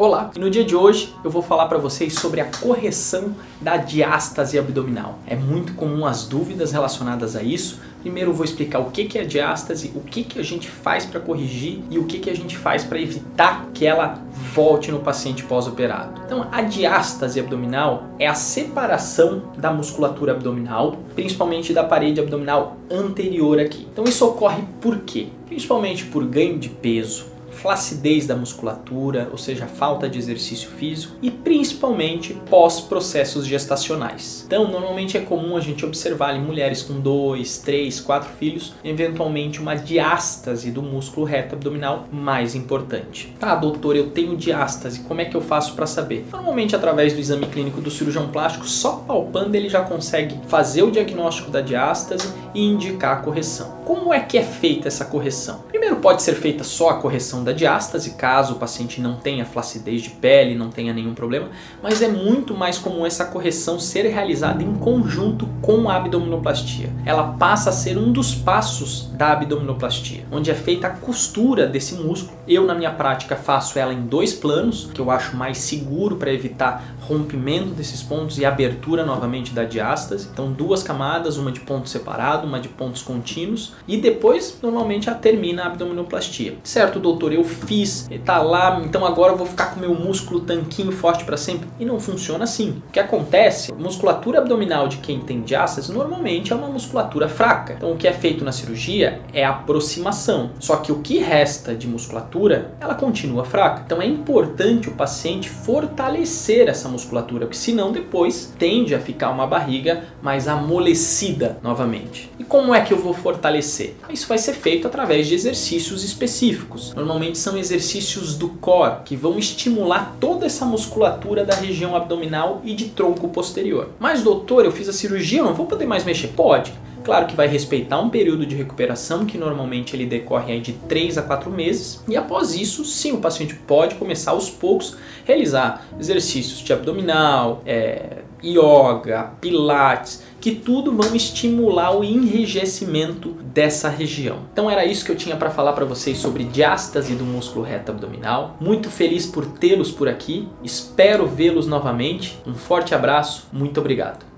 Olá! E no dia de hoje eu vou falar para vocês sobre a correção da diástase abdominal. É muito comum as dúvidas relacionadas a isso. Primeiro eu vou explicar o que é a diástase, o que a gente faz para corrigir e o que a gente faz para evitar que ela volte no paciente pós-operado. Então, a diástase abdominal é a separação da musculatura abdominal, principalmente da parede abdominal anterior aqui. Então, isso ocorre por quê? Principalmente por ganho de peso, flacidez da musculatura, ou seja, falta de exercício físico e principalmente pós-processos gestacionais. Então, normalmente é comum a gente observar em mulheres com 2, 3, 4 filhos, eventualmente uma diástase do músculo reto abdominal mais importante. Tá, doutor, eu tenho diástase, como é que eu faço para saber? Normalmente através do exame clínico do cirurgião plástico, só palpando ele já consegue fazer o diagnóstico da diástase e indicar a correção. Como é que é feita essa correção? Primeiro, pode ser feita só a correção da diástase, caso o paciente não tenha flacidez de pele, não tenha nenhum problema, mas é muito mais comum essa correção ser realizada em conjunto com a abdominoplastia. Ela passa a ser um dos passos da abdominoplastia, onde é feita a costura desse músculo. Eu, na minha prática, faço ela em 2 planos, que eu acho mais seguro para evitar rompimento desses pontos e abertura novamente da diástase. Então, 2 camadas, uma de ponto separado, uma de pontos contínuos, e depois, normalmente, termina a abdominoplastia. Certo, doutor, eu fiz, tá lá, então agora eu vou ficar com meu músculo tanquinho forte para sempre? E não funciona assim. O que acontece? A musculatura abdominal de quem tem diástase normalmente é uma musculatura fraca. Então, o que é feito na cirurgia é a aproximação. Só que o que resta de musculatura, ela continua fraca. Então, é importante o paciente fortalecer essa musculatura, porque senão depois tende a ficar uma barriga mais amolecida novamente. E como é que eu vou fortalecer? Isso vai ser feito através de exercícios específicos. Normalmente são exercícios do core, que vão estimular toda essa musculatura da região abdominal e de tronco posterior. Mas doutor, eu fiz a cirurgia, eu não vou poder mais mexer? Pode. Claro que vai respeitar um período de recuperação que normalmente ele decorre aí de 3 a 4 meses e após isso, sim, o paciente pode começar aos poucos a realizar exercícios de abdominal, yoga, pilates, que tudo vão estimular o enrijecimento dessa região. Então era isso que eu tinha para falar para vocês sobre diástase do músculo reto abdominal. Muito feliz por tê-los por aqui, espero vê-los novamente. Um forte abraço, muito obrigado.